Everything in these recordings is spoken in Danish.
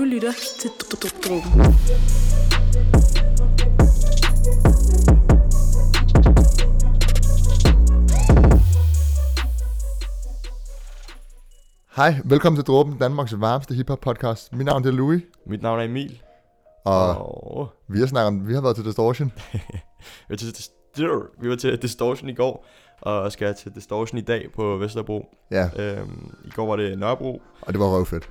Du lytter til Dråben. Hej, velkommen til Dråben, Danmarks varmeste hiphop podcast. Mit navn er Louis. Mit navn er Emil. Og vi har været til Distortion. Vi var til Distortion i går, og skal til Distortion i dag på Vesterbro. Ja. I går var det Nørrebro. Og det var røvfedt.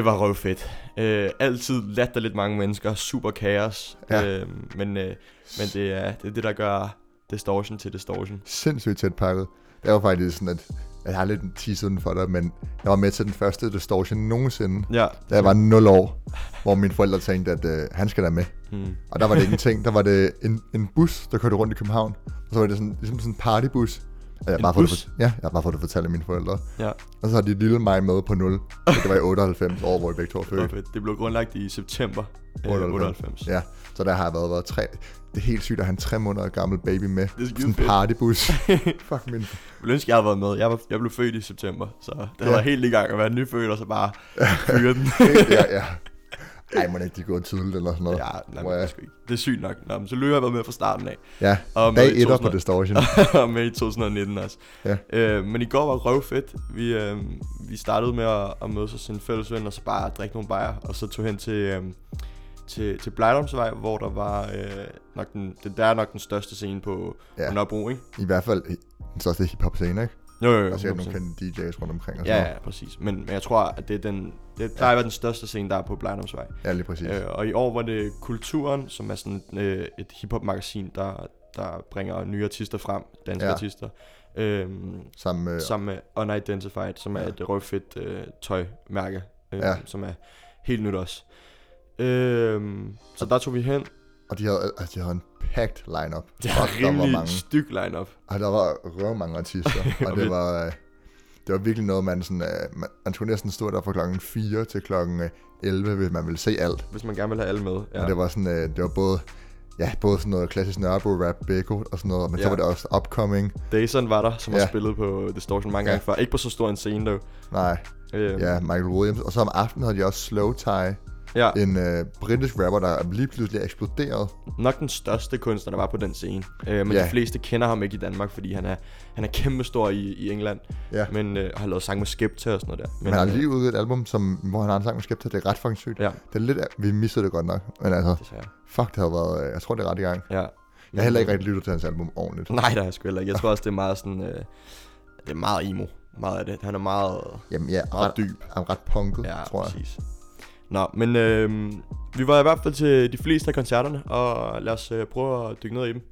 Altid latterligt mange mennesker, super kaos. Ja. Men det er det, der gør Distortion til Distortion. Sindssygt tæt pakket. Det var faktisk sådan, at jeg har lidt en tease uden for dig, men jeg var med til den første Distortion nogensinde, ja. Da jeg var 0 år, hvor mine forældre tænkte, at han skal da med. Og der var det ikke en ting, der var det en bus, der kørte rundt i København. Og så var det sådan, ligesom sådan en partybus. Jeg har bare fået det fortalt af mine forældre. Ja. Og så har de lille mig med på 0. Det var i 98 år, hvor jeg begge to var født. Det blev grundlagt i september 98. Ja, så der har jeg været 3. Det er helt sygt at have en 3 måneder gammel baby med. Det er sådan en partybus. Fuck min. Jeg ville ønske, jeg havde været med. Jeg blev født i september, så det var helt i gang at være nyfødt, og så bare fyre den. ja. Ej, må det ikke gå tydeligt eller sådan noget. Ja, nej, det er sygt nok. Nå, men så løber jeg været med fra starten af. Ja, og dag 1 på Distortion. Og med i 2019 også. Ja. Men i går var røvfedt. Vi startede med at mødes hos en fælles ven, og så bare drikke nogle bajer, og så tog hen til Blejdomsvej, hvor der var nok den største scene på Nørrebro, ikke? I hvert fald den største hiphop scene, ikke? Jo. Og så er nogle kendte DJ's rundt omkring og sådan noget. Ja, præcis. Men jeg tror, at det plejer at være den største scene, der er på Blejdomsvej. Ja, lige præcis. Og i år var det Kulturen, som er sådan et hiphop-magasin, der bringer nye artister frem, danske artister. Sammen med Unidentified, som er et røvfedt tøjmærke, som er helt nyt også. Så der tog vi hen. Og de havde en packed line-up. Det var rimelig styk line-up. Og der var mange artister. Og det var virkelig noget, man skulle næsten stå der fra klokken 4 til klokken 11, hvis man ville se alt. Hvis man gerne ville have alle med. Ja. Og det var sådan, det var både sådan noget klassisk Nørrebro rap, Beko og sådan noget, men så var det også upcoming. Dayson var der, som har spillet på Distortion mange gange før. Ikke på så stor en scene dog. Nej. Michael Williams. Og så om aftenen havde de også Slow Tie. Ja. En britisk rapper, der lige pludselig eksploderet. Nok den største kunstner, der var på den scene. Men de fleste kender ham ikke i Danmark, fordi han er kæmpestor i England. Ja. Men har lavet sang med Skepta og sådan noget der. Men han har lige udgivet et album, hvor han har en sang med Skepta. Det er ret fucking sygt. Ja. Det er lidt, vi missede det godt nok. Men altså, fuck, det har været, jeg tror det er ret i gang. Ja. Jeg har heller ikke rigtig lyttet til hans album ordentligt. Nej, det har jeg sgu heller ikke. Jeg tror også, det er meget sådan, det er meget emo. Meget af det. Han er meget, meget dyb. Han er ret punket, tror jeg. Præcis. Nå, men vi var i hvert fald til de fleste af koncerterne, og lad os prøve at dykke ned i dem.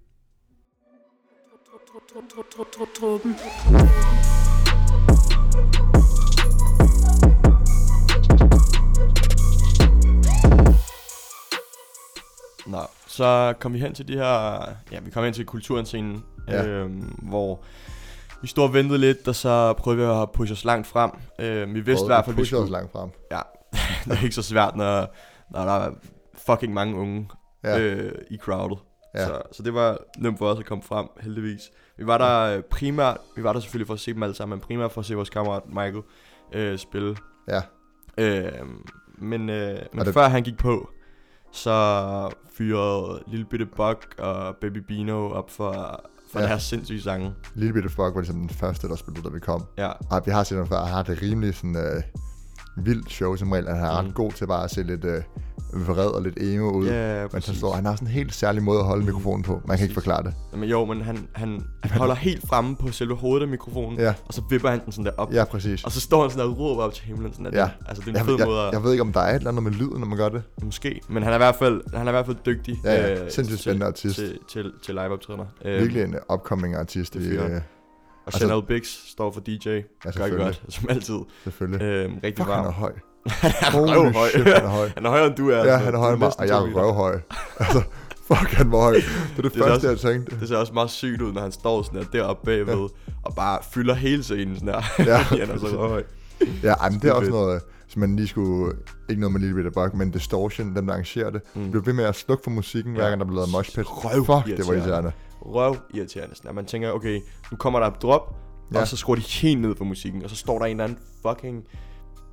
Nå, så kom vi hen til de her, vi kom hen til Kulturen-scenen, hvor vi stod og ventede lidt, og så prøvede vi at pushe os langt frem. Vi vidste i hvert fald, vi skulle... langt frem. Ja, det er ikke så svært, når der er fucking mange unge i crowdet. Ja. Så det var nemt for os at komme frem, heldigvis. Vi var der selvfølgelig for at se dem alle sammen, men primært for at se vores kammerat Michael spille. Ja. Men før han gik på, så fyrede Lille Bitte Buck og Baby Bino op for den her sindssyge sange. Lille Bitte Buck var ligesom den første, der spillede, da vi kom. Ja. Og vi har set ham før, han har det rimelig sådan... vildt show som regel. Han er ret god til bare at se lidt vred og lidt emo ud. Ja, men han har sådan en helt særlig måde at holde mikrofonen på. Man kan ikke forklare det. Men han holder helt fremme på selve hovedet af mikrofonen, og så vipper han den sådan der op. Ja, præcis. Og så står han sådan der og råber op til himlen. Sådan der. Altså, det er en fed måde at... Jeg ved ikke, om der er et eller andet med lyden, når man gør det. Måske, men han er i hvert fald dygtig. Ja. Sindssygt spændende artist. Til live-optrædener. Virkelig en upcoming artist. Og Chanel Biggs står for DJ. Ja, gør det godt, som altid. Selvfølgelig. Rigtig varm. Han er høj. Han er røvhøj. Han er højere end du er. Ja, han er højere end mig, og jeg er røvhøj. Altså, fuck, han var høj. Det er det første, jeg tænkte. Det ser også meget sygt ud, når han står sådan der deroppe bagved, og bare fylder hele scenen sådan der. Ja, han er så røvhøj. Ja, men det er også noget, som man lige skulle... Ikke noget med Lille Bitte Buck, men Distortion, dem der arrangerer det. Blev ved med at slukke for musikken, hver gang der blev lavet moshpit. Fuck, det var irriterende. Røvirriterende. Sådan, man tænker, okay, nu kommer der et drop, og så skruer de helt ned for musikken, og så står der en eller anden fucking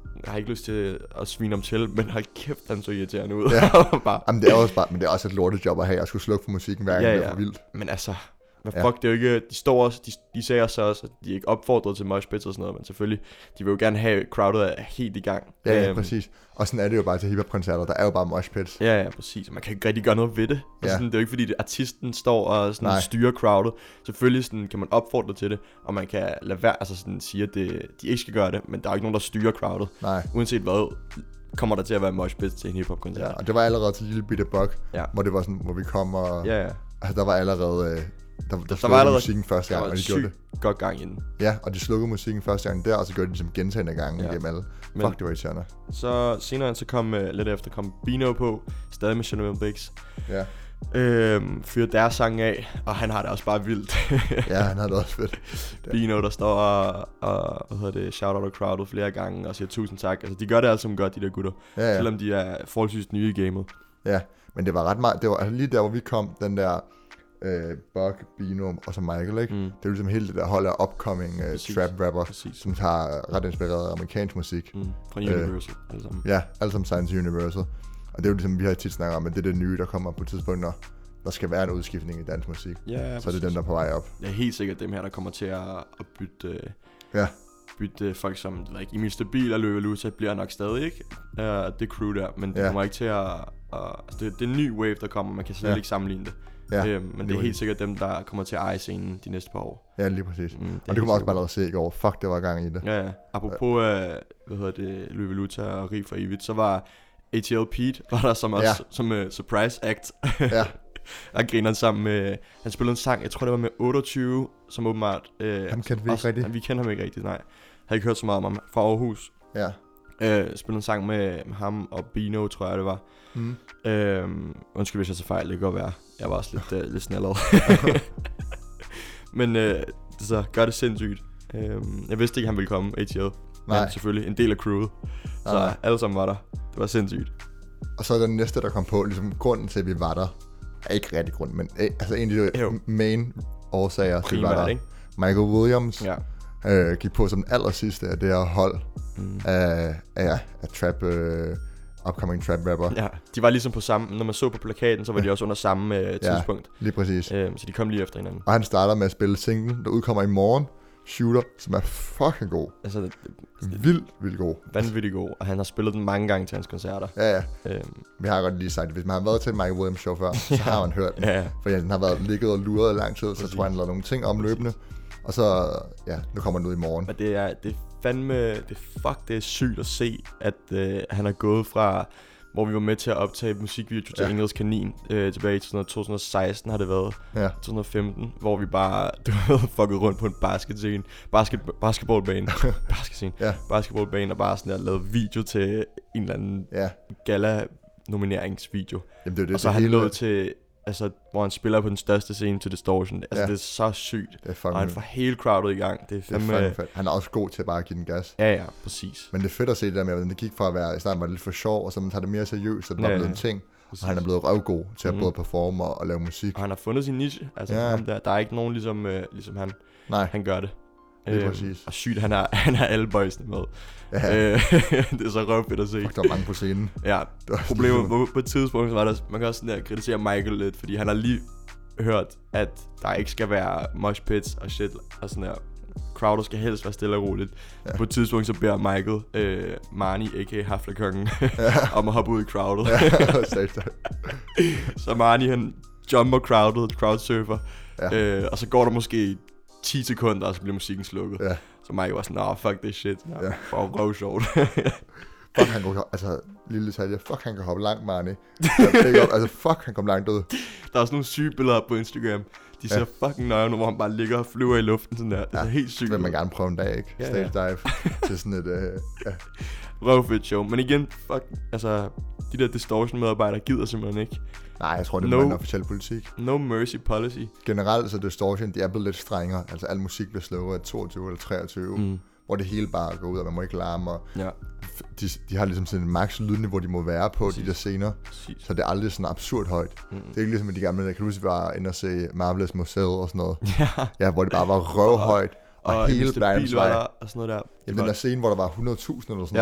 jeg har ikke lyst til at svine ham til, men hold kæft, han så irriterende ud. Ja. Bare. Jamen, det er også bare, men det er også et lortejob at have, at skulle slukke for musikken hver gang, det er for vildt. Men altså, hvad fuck, det er jo ikke, de står også, de sagde også, at de er ikke opfordret til moshpits og sådan noget, men selvfølgelig, de vil jo gerne have crowdet helt i gang. Ja, præcis. Og sådan er det jo bare til hiphop-koncerter, der er jo bare moshpits. Ja, præcis. Man kan ikke rigtig gøre noget ved det. Altså, sådan, det er jo ikke fordi, artisten står og sådan styrer crowdet. Selvfølgelig sådan, kan man opfordre til det, og man kan lade være, altså sådan sige, at de ikke skal gøre det, men der er jo ikke nogen, der styrer crowdet. Nej. Uanset hvad, kommer der til at være moshpits til en hiphop-koncert. Ja, og det var allerede til Lille Bitte Bug, hvor det var sådan, hvor vi kom og... Ja. Altså, der var allerede... Der slukkede musikken første gang, og de gjorde det. Godt gang inden. Ja, og de slukkede musikken første gang der, og så gjorde de ligesom gentagende gange igennem alle. Fuck, det var irriterende. Så senere så kom, lidt efter, kom Bino på, stadig med Chanel Biggs. Ja. Fyrer deres sang af, og han har det også bare vildt. Ja, han har det også fedt. Bino, der står og shout out og crowdet flere gange, og siger tusind tak. Altså, de gør det altså godt, de der gutter. Ja. Selvom de er forholdsvis nye i gamet. Ja, men det var ret meget, det var altså lige der, hvor vi kom, den der... Bug, Bino og så Michael, ikke? Det er jo ligesom hele det der hold af upcoming trap rapper, som tager ret inspireret amerikansk musik. Fra Universal, alle sammen. Ja, alle sammen signet til Universal. Og det er jo ligesom, vi har tit snakket om, at det er det nye, der kommer på et tidspunkt, når der skal være en udskiftning i dansk musik. Ja, så er det dem, der er på vej op. Det er helt sikkert dem her, der kommer til at bytte... bytte folk som Emil Stabil og Løve Luta bliver nok stadig ikke det crew der, men det kommer ikke til at altså det er en ny wave, der kommer, man kan slet ikke sammenligne det. Ja, men det er helt sikkert dem, der kommer til at eje scenen de næste par år. Ja, lige præcis. Og det kunne man også bare lade se i går. Fuck, det var gang i det. Ja. Apropos, Løve Luta og Rig for evigt, så var ATL Pete, var der som også som surprise act. Ja. Og griner sammen med, han spillede en sang, jeg tror det var med 28, som åbenbart... Han kendte vi ikke rigtigt. Vi kendte ham ikke rigtigt, nej. Jeg har ikke hørt så meget om ham fra Aarhus. Ja. Spillede en sang med ham og Bino, tror jeg det var. Undskyld hvis jeg så fejl, det kan godt være. Jeg var også lidt snallet. Men så gør det sindssygt. Jeg vidste ikke han ville komme, ATL. Men selvfølgelig en del af crewet. Så alle sammen var der. Det var sindssygt. Og så den næste der kom på, ligesom grunden til at vi var der, er ikke rigtig grund, men altså en af de main årsager til vi var der. Ikke? Michael Williams gik på som den aller sidste af det her hold af trap upcoming trap rapper. Ja, de var ligesom på samme, når man så på plakaten, så var de også under samme tidspunkt. Lige præcis. Så de kom lige efter hinanden. Og han starter med at spille single, der udkommer i morgen, Shooter, som er fucking god. Altså, vildt god. Vanvittigt god, og han har spillet den mange gange til hans koncerter. Ja. Vi har godt lige sagt det. Hvis man har været til en Michael Williams show før, så har man hørt den. For den har været ligget og luret i lang tid, så tror jeg, han lavede nogle ting omløbende. Og så, nu kommer den ud i morgen. Men det er fandme, det er sygt at se, at han er gået fra, hvor vi var med til at optage musikvideo til Engelsk Kanin, tilbage i 2016 har det været, 2015, hvor vi bare, fucket rundt på en basketballbane, basketballbane, og bare sådan der lavet video til en eller anden gala-nomineringsvideo. Jamen, det er det, og så har han nået til... Altså, hvor han spiller på den største scene til Distortion. Altså, det er så sygt. Og han får hele crowdet i gang. Det er fandme... Han er også god til at bare give den gas. Ja, præcis. Men det er fedt at se det der med, hvordan det gik fra at være, i starten var det lidt for sjov, og så man tager det mere seriøst, så det er blevet en ting. Præcis. Og han er blevet røvgod til at både performe og lave musik. Og han har fundet sin niche. Altså, ham der er ikke nogen ligesom han. Nej. Han gør det. Og sygt, han er alle boysene med. Ja. Det er så røvfedt at se. Fuck, der var mange på scenen. Ja, problemet på et tidspunkt var der, man kan også sådan der kritisere Michael lidt, fordi han har lige hørt, at der ikke skal være mosh pits og shit, og sådan der. Crowder skal helst være stille og roligt. Ja. På et tidspunkt så beder Michael, Marnie, a.k.a. Haflekongen, om at hoppe ud i crowdet. Så Marnie, han jumper crowdet, crowdsurfer, og så går der måske 10 sekunder, og så bliver musikken slukket. Ja. Så Michael var sådan, fuck this shit. For røv sjovt. Fuck, han kan altså, lille detalje, fuck, han kan hoppe langt, Marnie. Altså, fuck, han kom langt ud. Der er også nogle syge billeder på Instagram. De ser fucking nøgne, hvor han bare ligger og flyver i luften sådan der. Det er helt sygt. Det vil man gerne prøve en dag, ikke? Stage dive til sådan et, røvfedt show. Men igen, fuck, altså, de der Distortion-medarbejdere gider simpelthen ikke. Nej, jeg tror, det er en officiel politik. No mercy policy. Generelt så Distortion, de er blevet lidt strengere. Altså, al musik bliver slået af 22 eller 23. Hvor det hele bare går ud, og man må ikke larme. Og de har ligesom sådan en max lydniveau, de må være på, de der scener. Så det er aldrig sådan absurd højt. Det er ikke ligesom de gamle, der kan huske, var inde og se Marvelous Museet og sådan noget. Ja, hvor det bare var røvhøjt. Og hele Blindens vej. Og sådan noget der. Jamen, den der scene, hvor der var 100.000 eller sådan noget.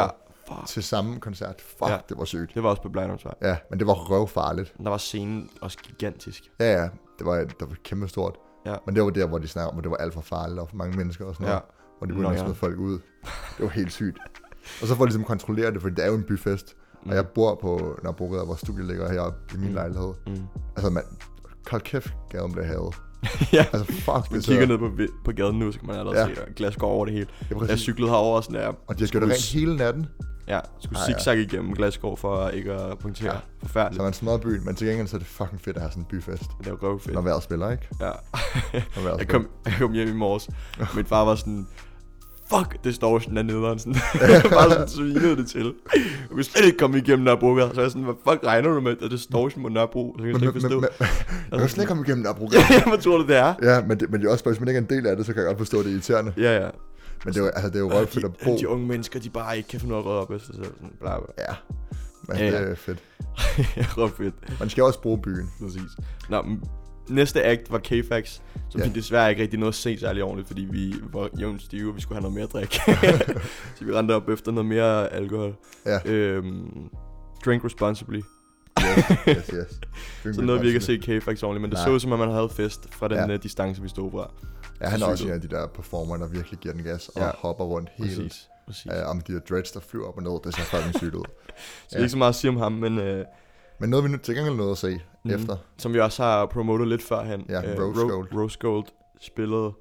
til samme koncert. Det var sygt. Det var også på Blejdomsvej. Ja, men det var røvfarligt. Der var scenen også gigantisk. Ja, det var kæmpe stort. Ja. Men det var der, hvor de snakker om, at det var alt for farligt, og for mange mennesker og sådan noget. Hvor de begyndte at smide folk ud. Det var helt sygt. Og så får de ligesom kontrollere det, for det er jo en byfest. Og jeg bor på Nørrebrogade, hvor studiet ligger heroppe i min lejlighed. Altså, man, hold kæft, gaden blev havet. Ja, altså fuck man kigger ned på gaden nu, så kan man allerede se, at glas går over det hele. Jeg cyklede herover sådan der. Og de har gjort det rent hele natten. Ja, skulle zigzag igennem Glasgow for ikke at punktere. Ja. Forfærdeligt. Så man smadrer byen, men til gengæld så er det fucking fedt at have sådan en byfest. Det er jo røvfedt. Når vejret spiller, ikke? Ja. Jeg kom hjem i morges. Min far var sådan, fuck, distortion er nederen. Sådan. Bare sådan svinede det til. Jeg kunne slet ikke komme igennem Nørrebrogade. Så jeg sådan, hvad fuck regner du med, at distortion på Nørrebro? Så jeg kan slet ikke forstå. Jeg kan slet ikke komme igennem Nørrebrogade. Ja, hvad tror du, det er? Ja, men det er også bare, hvis man ikke er en del af det, så kan jeg godt forstå, det irriterende. Ja. Men det er jo røvfedt at bo. De unge mennesker, de bare ikke kan finde noget at rydde op efter sig selv. Sådan, bla bla. Ja, men det er fedt. Røvfedt. Man skal også bruge byen. Præcis. Nå, næste act var K-Fax, som vi desværre ikke rigtig nåede at se særlig ordentligt, fordi vi var jævnt stive, og vi skulle have noget mere drik. Så vi rendte op efter noget mere alkohol. Ja. Drink responsibly. Yes. Så noget vi ikke at se K-Fax ordentligt, men det så ud som, at man havde fest fra den distance, vi stod fra. Ja, han er også en af de der performer, der virkelig giver den gas og hopper rundt helt. Præcis. Om de der dreads, der flyver op og ned, det ser fucking sygt ud. Så ikke så meget at sige om ham, men noget vi nu til gengæld noget at se efter. Som vi også har promotet lidt førhen. Ja, Rose Gold. Rose Gold spillede.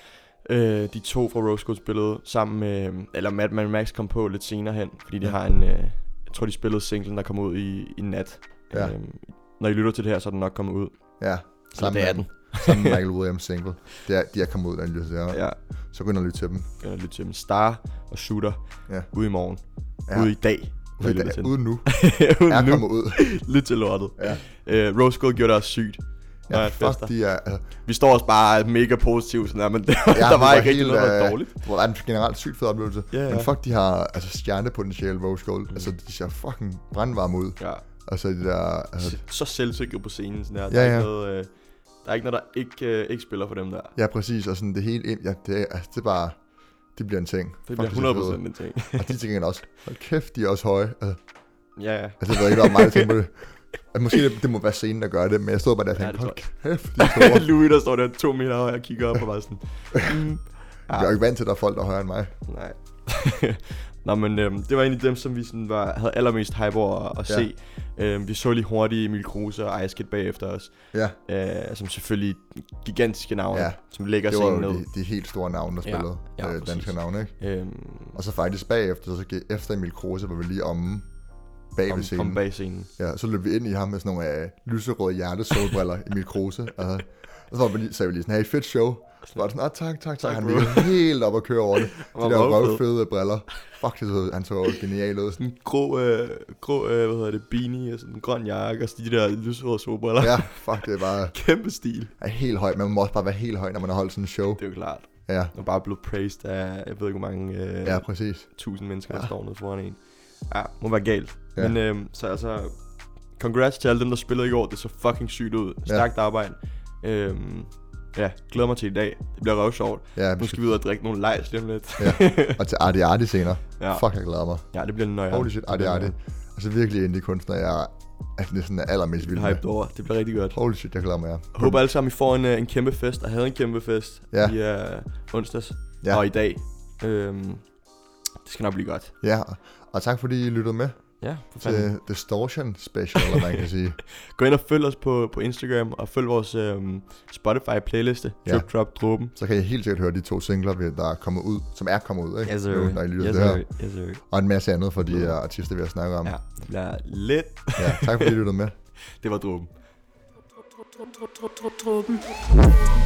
De to fra Rose Gold spillede sammen med, eller Madman Max kom på lidt senere hen, fordi de har en, jeg tror de spillede singlen, der kom ud i nat. Ja. Når I lytter til det her, så er den nok kommet ud. Ja, sammen med Michael Williams single. De er kommet ud, når I lytter til det her. Ja. Så gå ind og lytte til dem. Star og Shooter ude i morgen. Ude i dag. Ude nu. Er kommet ud. Lidt til lortet. Ja. Rose Gold gjorde det også sygt. Ja, fuck, de er... Vi står også bare mega positivt sådan der, men der var ikke rigtig noget, der var dårligt. Det var en generelt sygt fed oplevelse. Men fuck, de har altså stjernepotentiale Rose Gold. Altså, de ser fucking brandvarme ud. Ja. Altså, de der... Altså... Så selvsikre på scenen, sådan der. Der er ikke noget... Der er ikke noget, der ikke spiller for dem der. Ja, præcis. Og sådan det hele ind... Ja, det er bare... Det bliver en ting. Det bliver 100% en ting. Og de tænker også... Hold kæft, de er også høje. Altså, ja. Altså, jeg ved ikke, der var meget, der tænker på det. Altså, måske det må være scenen, der gør det, men jeg stod bare der og tænkte, hold kæft, de er store. Louis, der står der 2 meter højere og kigger op og bare sådan... Jeg er jo ikke vant til, at der er folk, der er højere end mig. Nej. Nå, men det var en af dem, som vi sådan havde allermest hype over at se. Vi så lige hurtigt Emil Kruse og Ice Kid bagefter os. Ja. Som selvfølgelig gigantiske navne, som lægger scenen ned. Det var de helt store navne, der spillede. Danske navne, ikke? Og så faktisk bagefter, så efter Emil Kruse, var vi lige omme bag scenen. Bag scenen. Ja, så løb vi ind i ham med sådan nogle lyserøde hjertesolbriller, Emil Kruse. Og så sagde vi lige sådan, hey, fedt show. Så var det sådan, tak. Han lige helt op og køre over det. De der røvfede briller. Fuck, han så genial ud. Sådan en grå beanie og sådan en grøn jakke og de der lyserøde solbriller. Ja, fuck, det er bare... Kæmpe stil. Er helt høj. Man må også bare være helt høj, når man har holdt sådan en show. Det er jo klart. Ja. Og bare blevet praised af, jeg ved ikke hvor mange... præcis. 1000 mennesker, der står nede foran en. Ja, må være galt. Ja. Men så altså... Congrats til alle dem, der spillede i går. Det så fucking sygt ud. Stærkt arbejde. Ja, glæder mig til i dag. Det bliver røvsjovt. Ja, nu skal vi ud og drikke nogle lejs lige om lidt. Og til Arti senere. Fuck, jeg glæder mig. Ja, det bliver nøjere. Holy shit, Arti. Altså virkelig indie kunstner, jeg er sådan allermest vild med. Hyped over. Det bliver rigtig godt. Holy shit, jeg glæder mig, Jeg håber alle sammen, I får en kæmpe fest. Og havde en kæmpe fest i onsdags og i dag. Det skal nok blive godt. Ja, og tak fordi I lyttede med. Ja, til Distortion Special, eller man kan sige. Gå ind og følg os på Instagram, og følg vores Spotify-playliste, Drip Drop Dråben. Så kan I helt sikkert høre de 2 singler, der er kommet ud, som er kommet ud, ikke? Yes, sir. Nu, når I lytter til det her. Og en masse andet for de artister, vi har snakket om. Ja, det bliver lidt. Ja, tak fordi I lyttede med. Det var Dråben. Dråben.